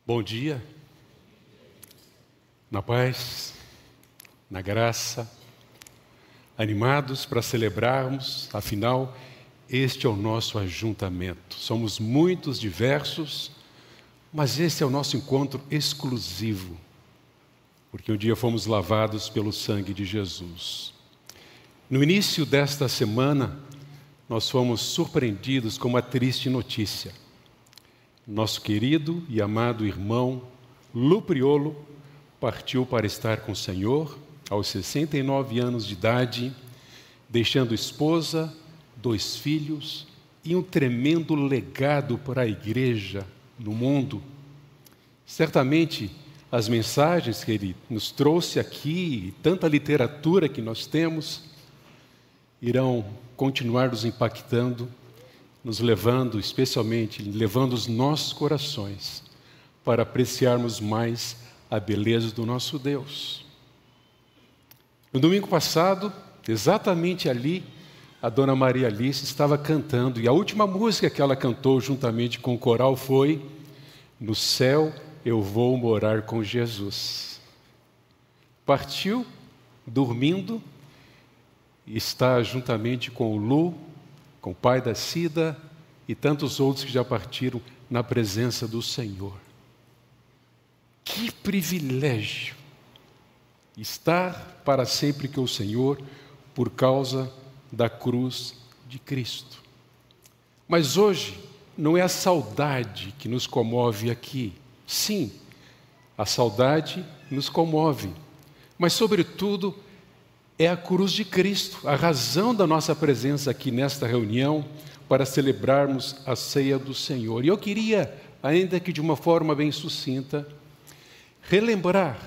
Bom dia, na paz, na graça, animados para celebrarmos, afinal, este é o nosso ajuntamento. Somos muitos, diversos, mas esse é o nosso encontro exclusivo, porque um dia fomos lavados pelo sangue de Jesus. No início desta semana, nós fomos surpreendidos com uma triste notícia. Nosso querido e amado irmão Lu Priolo partiu para estar com o Senhor aos 69 anos de idade, deixando esposa, 2 filhos e um tremendo legado para a igreja no mundo. Certamente, as mensagens que ele nos trouxe aqui, e tanta literatura que nós temos, irão continuar nos impactando, nos levando, especialmente, levando os nossos corações para apreciarmos mais a beleza do nosso Deus. No domingo passado, exatamente ali, a dona Maria Alice estava cantando, e a última música que ela cantou juntamente com o coral foi "No céu eu vou morar com Jesus". Partiu, dormindo, e está juntamente com o Lu, com o pai da Cida e tantos outros que já partiram na presença do Senhor. Que privilégio estar para sempre com o Senhor por causa da cruz de Cristo. Mas hoje não é a saudade que nos comove aqui. Sim, a saudade nos comove, mas sobretudo é a cruz de Cristo, a razão da nossa presença aqui nesta reunião para celebrarmos a ceia do Senhor. E eu queria, ainda que de uma forma bem sucinta, relembrar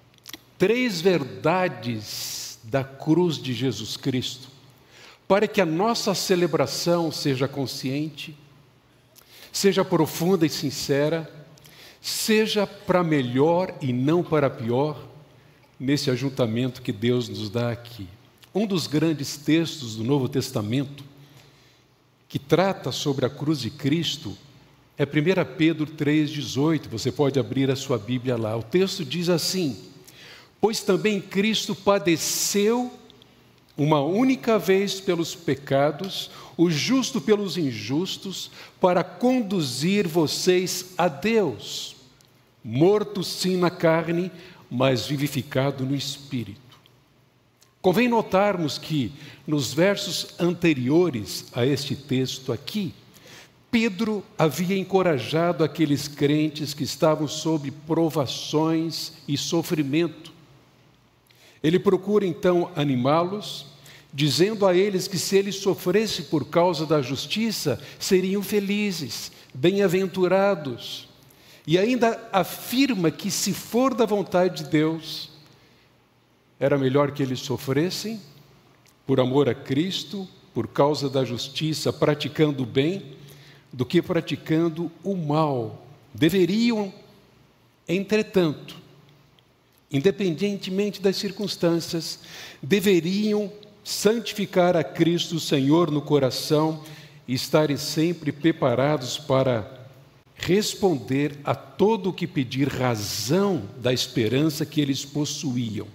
3 verdades da cruz de Jesus Cristo, para que a nossa celebração seja consciente, seja profunda e sincera, seja para melhor e não para pior, nesse ajuntamento que Deus nos dá aqui. Um dos grandes textos do Novo Testamento que trata sobre a cruz de Cristo é 1 Pedro 3,18. Você pode abrir a sua Bíblia lá. O texto diz assim: "Pois também Cristo padeceu uma única vez pelos pecados, o justo pelos injustos, para conduzir vocês a Deus, morto sim na carne, mas vivificado no Espírito." Convém notarmos que, nos versos anteriores a este texto aqui, Pedro havia encorajado aqueles crentes que estavam sob provações e sofrimento. Ele procura então animá-los, dizendo a eles que se eles sofressem por causa da justiça, seriam felizes, bem-aventurados. E ainda afirma que, se for da vontade de Deus, era melhor que eles sofressem por amor a Cristo, por causa da justiça, praticando o bem, do que praticando o mal. Deveriam, entretanto, independentemente das circunstâncias, deveriam santificar a Cristo Senhor no coração e estarem sempre preparados para responder a todo o que pedir razão da esperança que eles possuíam.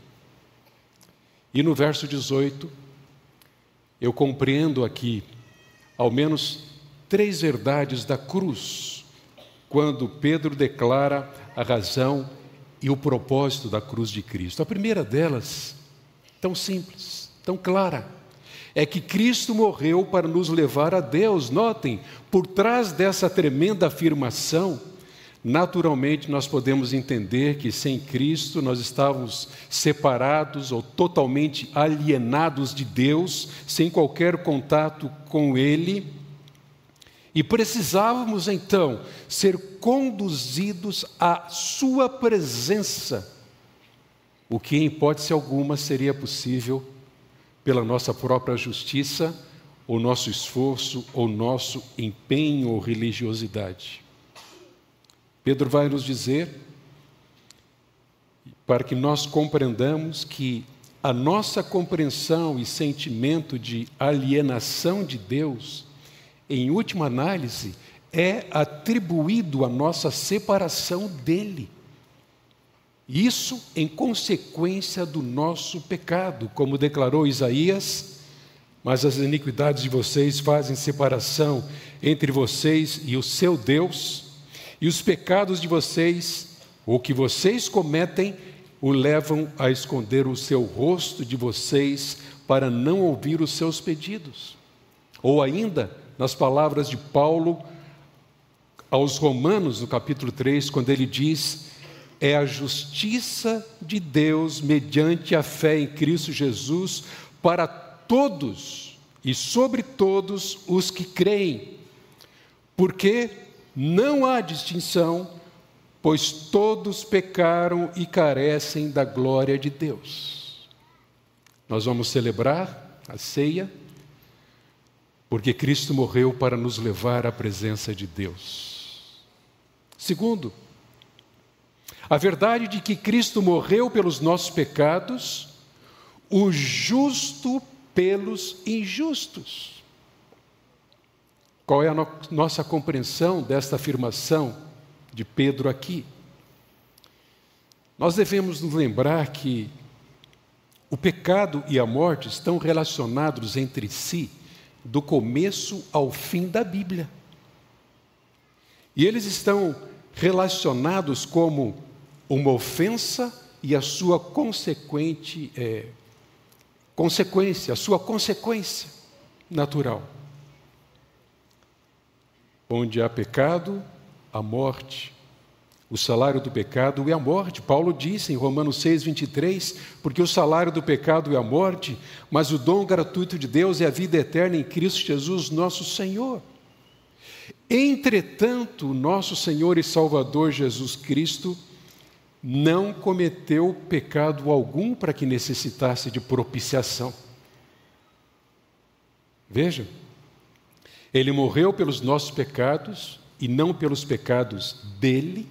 E no verso 18, eu compreendo aqui ao menos 3 verdades da cruz, quando Pedro declara a razão e o propósito da cruz de Cristo. A primeira delas, tão simples, tão clara, é que Cristo morreu para nos levar a Deus. Notem, por trás dessa tremenda afirmação, naturalmente nós podemos entender que sem Cristo nós estávamos separados ou totalmente alienados de Deus, sem qualquer contato com Ele, e precisávamos então ser conduzidos à Sua presença, o que em hipótese alguma seria possível pela nossa própria justiça, ou nosso esforço, ou nosso empenho ou religiosidade. Pedro vai nos dizer, para que nós compreendamos que a nossa compreensão e sentimento de alienação de Deus, em última análise, é atribuído a nossa separação dele. Isso em consequência do nosso pecado, como declarou Isaías: mas as iniquidades de vocês fazem separação entre vocês e o seu Deus, e os pecados de vocês, ou que vocês cometem, o levam a esconder o seu rosto de vocês para não ouvir os seus pedidos. Ou ainda, nas palavras de Paulo aos Romanos, no capítulo 3, quando ele diz: é a justiça de Deus mediante a fé em Cristo Jesus para todos e sobre todos os que creem, porque não há distinção, pois todos pecaram e carecem da glória de Deus. Nós vamos celebrar a ceia, porque Cristo morreu para nos levar à presença de Deus. Segundo, a verdade de que Cristo morreu pelos nossos pecados, o justo pelos injustos. Qual é a nossa compreensão desta afirmação de Pedro aqui? Nós devemos nos lembrar que o pecado e a morte estão relacionados entre si do começo ao fim da Bíblia. E eles estão relacionados como uma ofensa e a sua consequência, a sua consequência natural. Onde há pecado, há morte. O salário do pecado é a morte. Paulo disse em Romanos 6, 23, porque o salário do pecado é a morte, mas o dom gratuito de Deus é a vida eterna em Cristo Jesus, nosso Senhor. Entretanto, o nosso Senhor e Salvador Jesus Cristo não cometeu pecado algum para que necessitasse de propiciação. Veja, ele morreu pelos nossos pecados e não pelos pecados dele.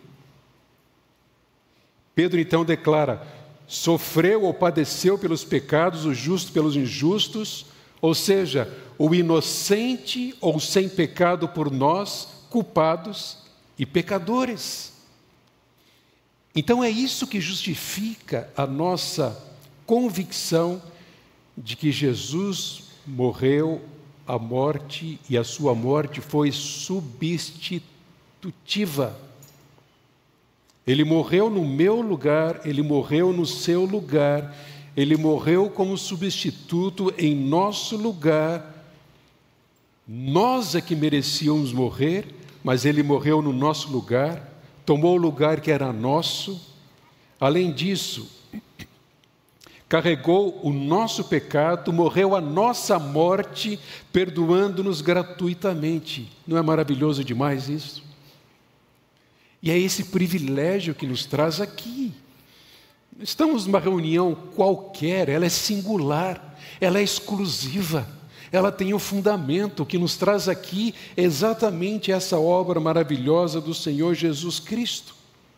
Pedro então declara: sofreu ou padeceu pelos pecados, o justo pelos injustos, ou seja, o inocente ou sem pecado por nós, culpados e pecadores. Então é isso que justifica a nossa convicção de que Jesus morreu a morte e a sua morte foi substitutiva. Ele morreu no meu lugar, ele morreu no seu lugar, ele morreu como substituto em nosso lugar. Nós é que merecíamos morrer, mas ele morreu no nosso lugar, tomou o lugar que era nosso. Além disso, carregou o nosso pecado, morreu a nossa morte, perdoando-nos gratuitamente. Não é maravilhoso demais isso? E é esse privilégio que nos traz aqui. Estamos numa reunião qualquer, ela é singular, ela é exclusiva, ela tem um fundamento. O que nos traz aqui é exatamente essa obra maravilhosa do Senhor Jesus Cristo.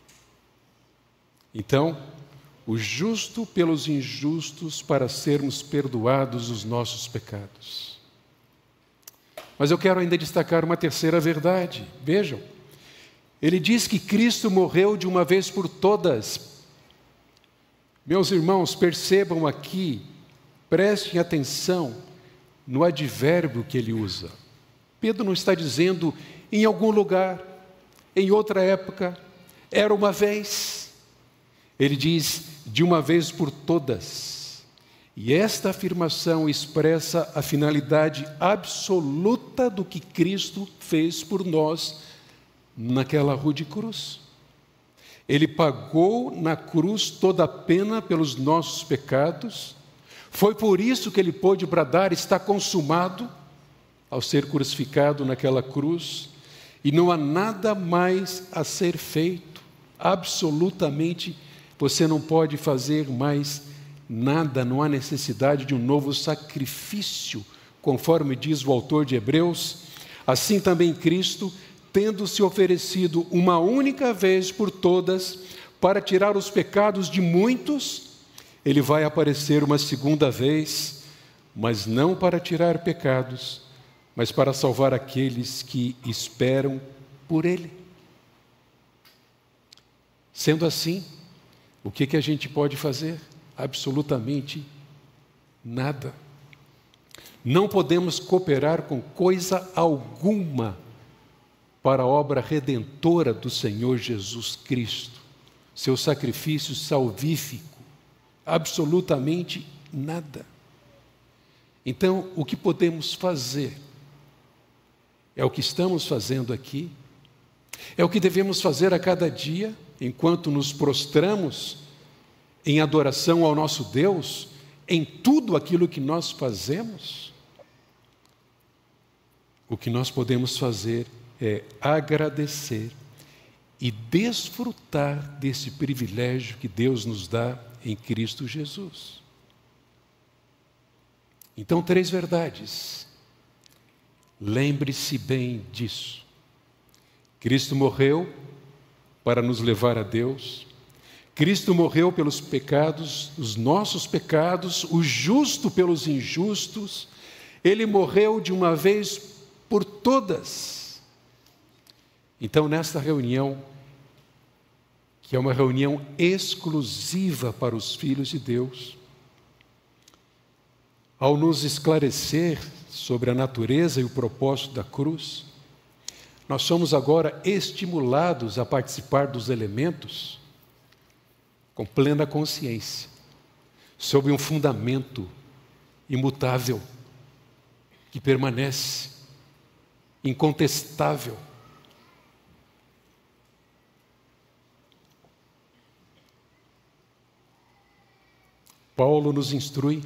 Então, o justo pelos injustos para sermos perdoados os nossos pecados. Mas eu quero ainda destacar uma terceira verdade. Vejam, ele diz que Cristo morreu de uma vez por todas. Meus irmãos, percebam aqui, prestem atenção no advérbio que ele usa. Pedro não está dizendo em algum lugar, em outra época, era uma vez. Ele diz de uma vez por todas. E esta afirmação expressa a finalidade absoluta do que Cristo fez por nós naquela rude cruz. Ele pagou na cruz toda a pena pelos nossos pecados. Foi por isso que ele pôde bradar: está consumado, ao ser crucificado naquela cruz. E não há nada mais a ser feito. Absolutamente, você não pode fazer mais nada. Não há necessidade de um novo sacrifício, conforme diz o autor de Hebreus. Assim também Cristo, tendo se oferecido uma única vez por todas para tirar os pecados de muitos, ele vai aparecer uma segunda vez, mas não para tirar pecados, mas para salvar aqueles que esperam por Ele. Sendo assim, o que a gente pode fazer? Absolutamente nada. Não podemos cooperar com coisa alguma para a obra redentora do Senhor Jesus Cristo, seu sacrifício salvífico, absolutamente nada. Então, o que podemos fazer é o que estamos fazendo aqui, é o que devemos fazer a cada dia, enquanto nos prostramos em adoração ao nosso Deus, em tudo aquilo que nós fazemos. O que nós podemos fazer é agradecer e desfrutar desse privilégio que Deus nos dá em Cristo Jesus. Então, 3 verdades. Lembre-se bem disso. Cristo morreu para nos levar a Deus. Cristo morreu pelos pecados, os nossos pecados, o justo pelos injustos. Ele morreu de uma vez por todas. Então, nesta reunião, que é uma reunião exclusiva para os filhos de Deus, ao nos esclarecer sobre a natureza e o propósito da cruz, nós somos agora estimulados a participar dos elementos com plena consciência, sob um fundamento imutável, que permanece, incontestável. Paulo nos instrui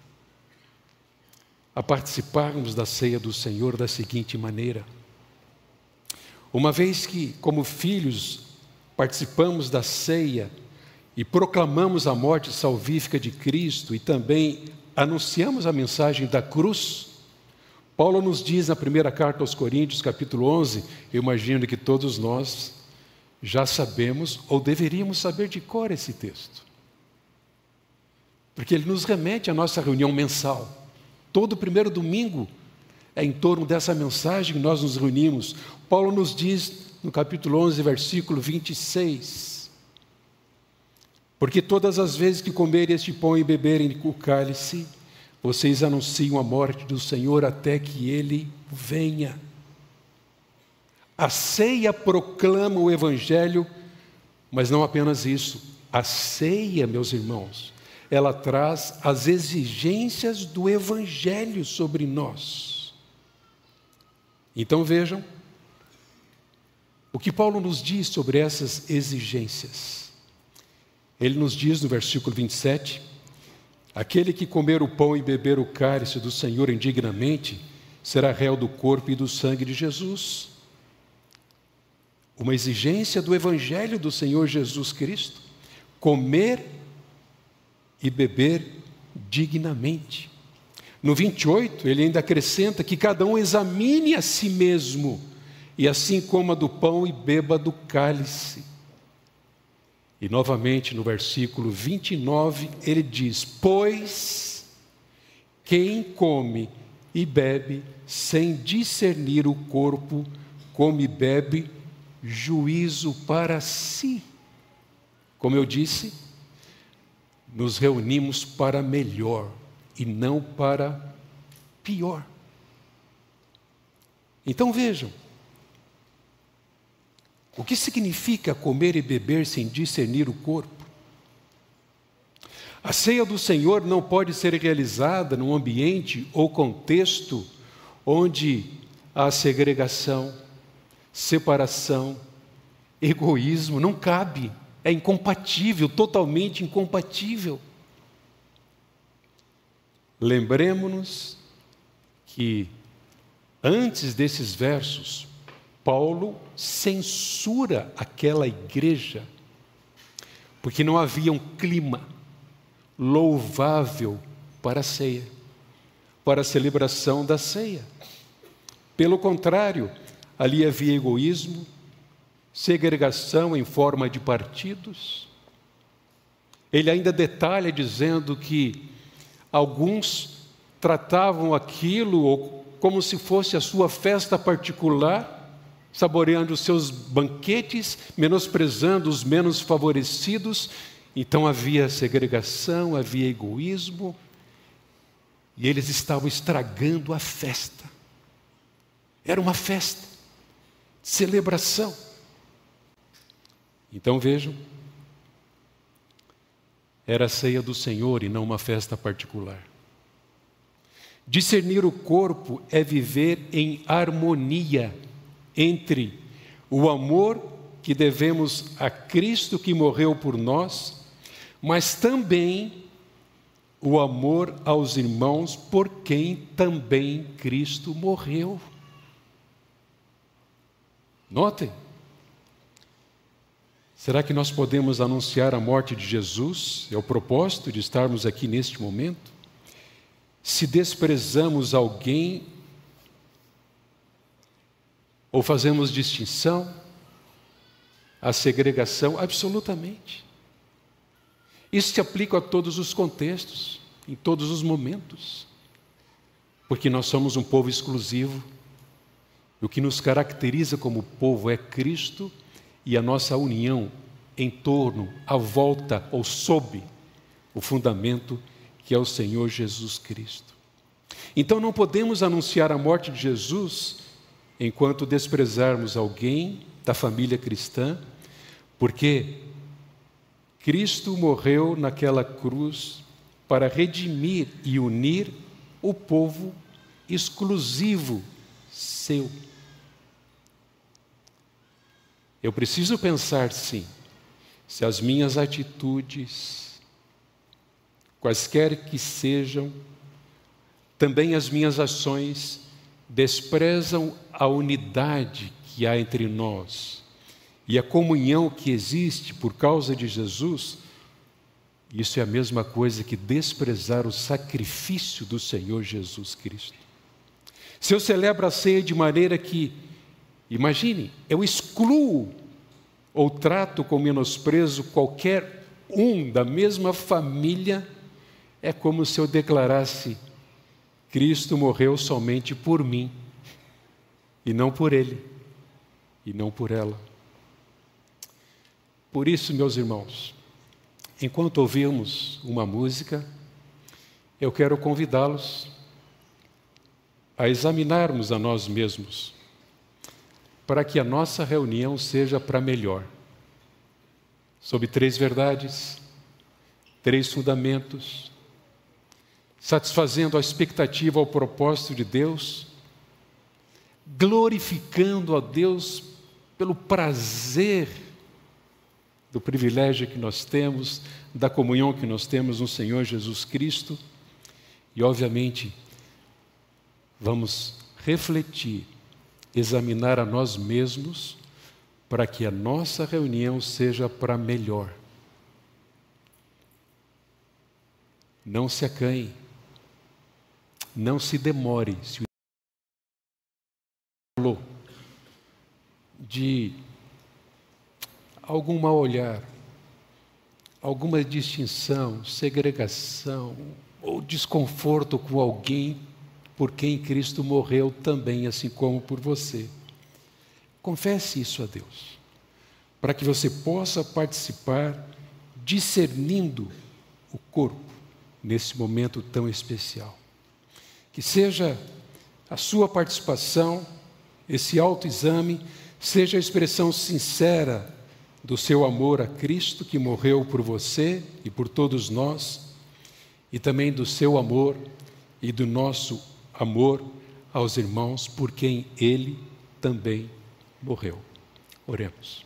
a participarmos da ceia do Senhor da seguinte maneira: uma vez que, como filhos, participamos da ceia e proclamamos a morte salvífica de Cristo e também anunciamos a mensagem da cruz, Paulo nos diz na primeira carta aos Coríntios, capítulo 11, eu imagino que todos nós já sabemos ou deveríamos saber de cor esse texto, porque ele nos remete à nossa reunião mensal. Todo primeiro domingo é em torno dessa mensagem que nós nos reunimos. Paulo nos diz no capítulo 11, versículo 26, porque todas as vezes que comerem este pão e beberem o cálice, vocês anunciam a morte do Senhor até que Ele venha. A ceia proclama o Evangelho, mas não apenas isso. A ceia, meus irmãos, ela traz as exigências do Evangelho sobre nós. Então vejam o que Paulo nos diz sobre essas exigências. Ele nos diz no versículo 27, aquele que comer o pão e beber o cálice do Senhor indignamente, será réu do corpo e do sangue de Jesus. Uma exigência do Evangelho do Senhor Jesus Cristo, comer e beber dignamente. No 28, ele ainda acrescenta que cada um examine a si mesmo, e assim coma do pão e beba do cálice. E novamente no versículo 29, ele diz: pois quem come e bebe sem discernir o corpo, come e bebe juízo para si. Como eu disse, nos reunimos para melhor e não para pior. Então vejam, o que significa comer e beber sem discernir o corpo? A ceia do Senhor não pode ser realizada num ambiente ou contexto onde há segregação, separação, egoísmo. Não cabe, é incompatível, totalmente incompatível. Lembremos-nos que antes desses versos, Paulo censura aquela igreja, porque não havia um clima louvável para a ceia, para a celebração da ceia. Pelo contrário, ali havia egoísmo, segregação em forma de partidos. Ele ainda detalha dizendo que alguns tratavam aquilo como se fosse a sua festa particular, saboreando os seus banquetes, menosprezando os menos favorecidos. Então havia segregação, havia egoísmo, e eles estavam estragando a festa. Era uma festa, celebração. Então vejam, era a ceia do Senhor e não uma festa particular. Discernir o corpo é viver em harmonia entre o amor que devemos a Cristo que morreu por nós, mas também o amor aos irmãos por quem também Cristo morreu. Notem, será que nós podemos anunciar a morte de Jesus? É o propósito de estarmos aqui neste momento? Se desprezamos alguém, ou fazemos distinção, a segregação, absolutamente. Isso se aplica a todos os contextos, em todos os momentos, porque nós somos um povo exclusivo. O que nos caracteriza como povo é Cristo e a nossa união em torno, à volta ou sob o fundamento que é o Senhor Jesus Cristo. Então não podemos anunciar a morte de Jesus enquanto desprezarmos alguém da família cristã, porque Cristo morreu naquela cruz para redimir e unir o povo exclusivo seu. Eu preciso pensar, sim, se as minhas atitudes, quaisquer que sejam, também as minhas ações, desprezam a unidade que há entre nós e a comunhão que existe por causa de Jesus. Isso é a mesma coisa que desprezar o sacrifício do Senhor Jesus Cristo. Se eu celebro a ceia de maneira que, imagine, eu excluo ou trato com menosprezo qualquer um da mesma família, é como se eu declarasse: Cristo morreu somente por mim, e não por ele, e não por ela. Por isso, meus irmãos, enquanto ouvimos uma música, eu quero convidá-los a examinarmos a nós mesmos, para que a nossa reunião seja para melhor, sob 3 verdades, 3 fundamentos, satisfazendo a expectativa ao propósito de Deus, glorificando a Deus pelo prazer do privilégio que nós temos, da comunhão que nós temos no Senhor Jesus Cristo, e obviamente vamos refletir, examinar a nós mesmos, para que a nossa reunião seja para melhor. Não se acanhe, não se demore. Se falou de algum mal olhar, alguma distinção, segregação ou desconforto com alguém por quem Cristo morreu também, assim como por você, confesse isso a Deus, para que você possa participar discernindo o corpo nesse momento tão especial. Que seja a sua participação, esse autoexame, seja a expressão sincera do seu amor a Cristo, que morreu por você e por todos nós, e também do seu amor e do nosso amor aos irmãos por quem Ele também morreu. Oremos.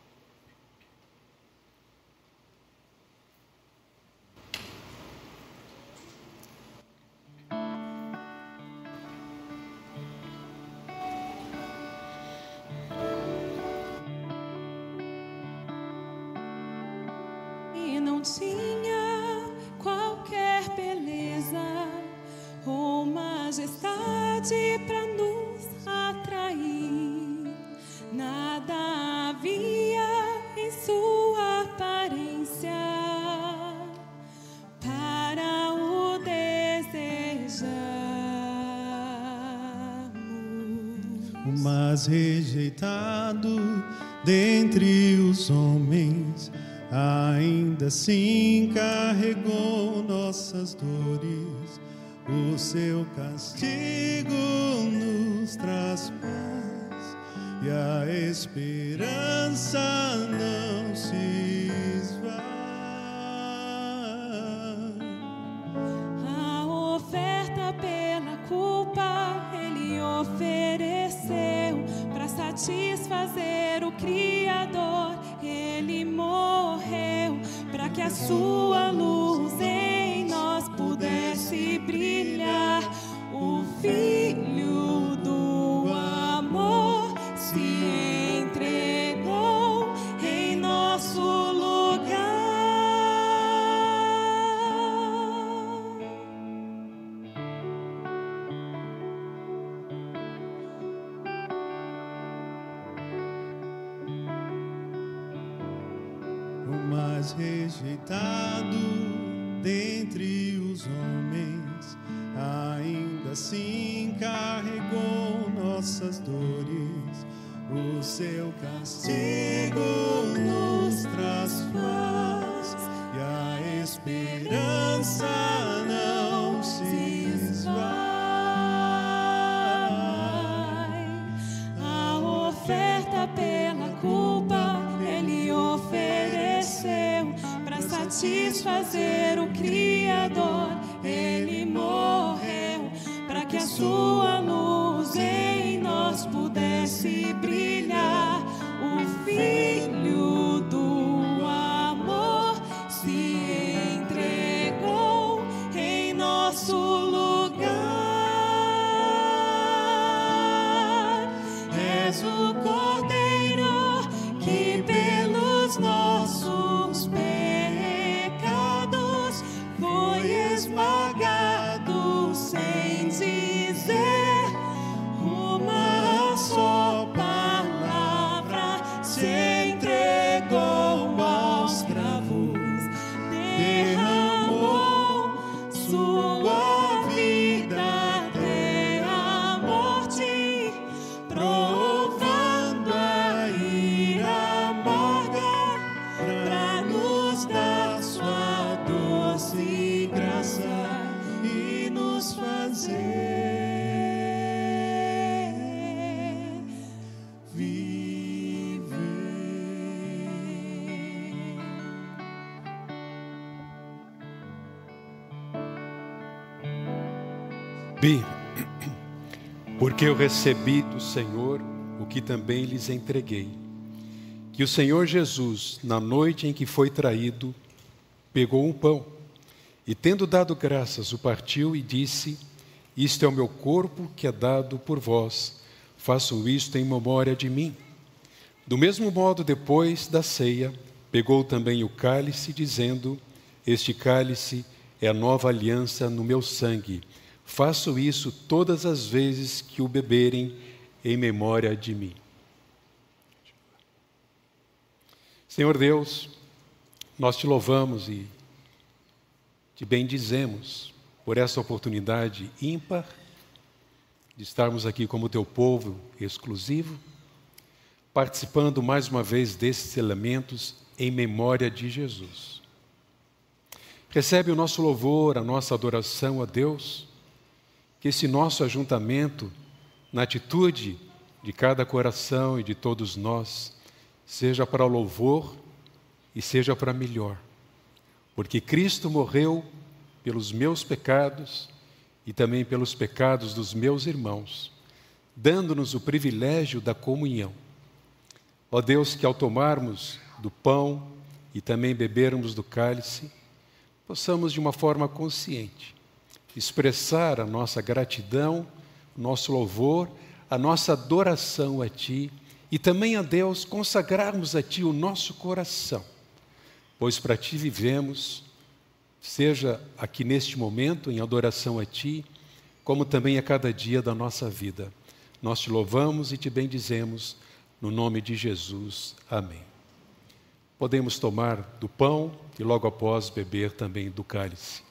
E não tinha qualquer beleza ou majestade para nos atrair. Nada havia em sua aparência para o desejarmos. mas rejeitado dentre os homens, ainda assim carregou nossas dores. O seu castigo nos traz paz e a esperança não se esvai. A oferta pela culpa Ele ofereceu para satisfazer o Criador. Ele morreu para que a sua luz em nós pudesse brilhar. O Filho do amor se entregou em nosso lugar. O mais rejeitado dentre os homens, ainda assim carregou nossas dores. O seu castigo nos traz paz e a esperança não se esvai. A oferta pela culpa Ele ofereceu para satisfazer o Criador. Ele morreu para que a sua luz em nós pudesse brilhar. O Filho do amor se entregou em nosso lugar. És o Cordeiro que pelos nossos pecados foi esmagado sem dizer uma só palavra. Se entregou aos cravos, derramou sua vida até a morte, provando a ira amarga para nos dar sua doce graça e nos fazer viver. Bi, porque eu recebi do Senhor o que também lhes entreguei, que o Senhor Jesus, na noite em que foi traído, pegou um pão e, tendo dado graças, o partiu e disse: isto é o meu corpo que é dado por vós, façam isto em memória de mim. Do mesmo modo, depois da ceia, pegou também o cálice, dizendo: este cálice é a nova aliança no meu sangue. Faço isso todas as vezes que o beberem em memória de mim. Senhor Deus, nós te louvamos e te bendizemos por essa oportunidade ímpar de estarmos aqui como teu povo exclusivo, participando mais uma vez desses elementos em memória de Jesus. Recebe o nosso louvor, a nossa adoração a Deus, que esse nosso ajuntamento, na atitude de cada coração e de todos nós, seja para louvor e seja para melhor. Porque Cristo morreu pelos meus pecados e também pelos pecados dos meus irmãos, dando-nos o privilégio da comunhão. Ó Deus, que ao tomarmos do pão e também bebermos do cálice, possamos de uma forma consciente expressar a nossa gratidão, nosso louvor, a nossa adoração a Ti e também a Deus consagrarmos a Ti o nosso coração, pois para Ti vivemos, seja aqui neste momento em adoração a Ti, como também a cada dia da nossa vida. Nós Te louvamos e Te bendizemos, no nome de Jesus. Amém. Podemos tomar do pão e logo após beber também do cálice.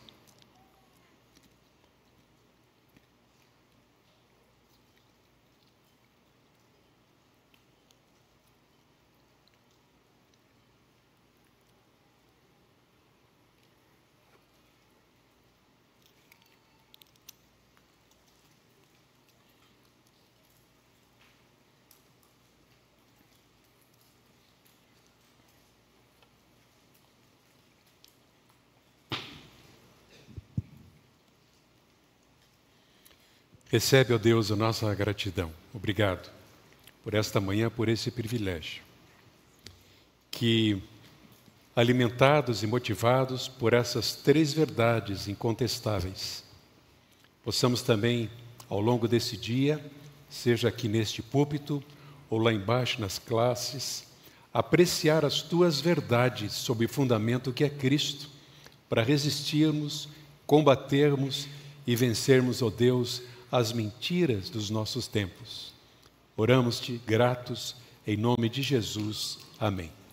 Recebe, ó Deus, a nossa gratidão. Obrigado por esta manhã, por esse privilégio. Que, alimentados e motivados por essas três verdades incontestáveis, possamos também, ao longo desse dia, seja aqui neste púlpito ou lá embaixo nas classes, apreciar as tuas verdades sob o fundamento que é Cristo, para resistirmos, combatermos e vencermos, ó Deus, as mentiras dos nossos tempos. Oramos-te gratos, em nome de Jesus. Amém.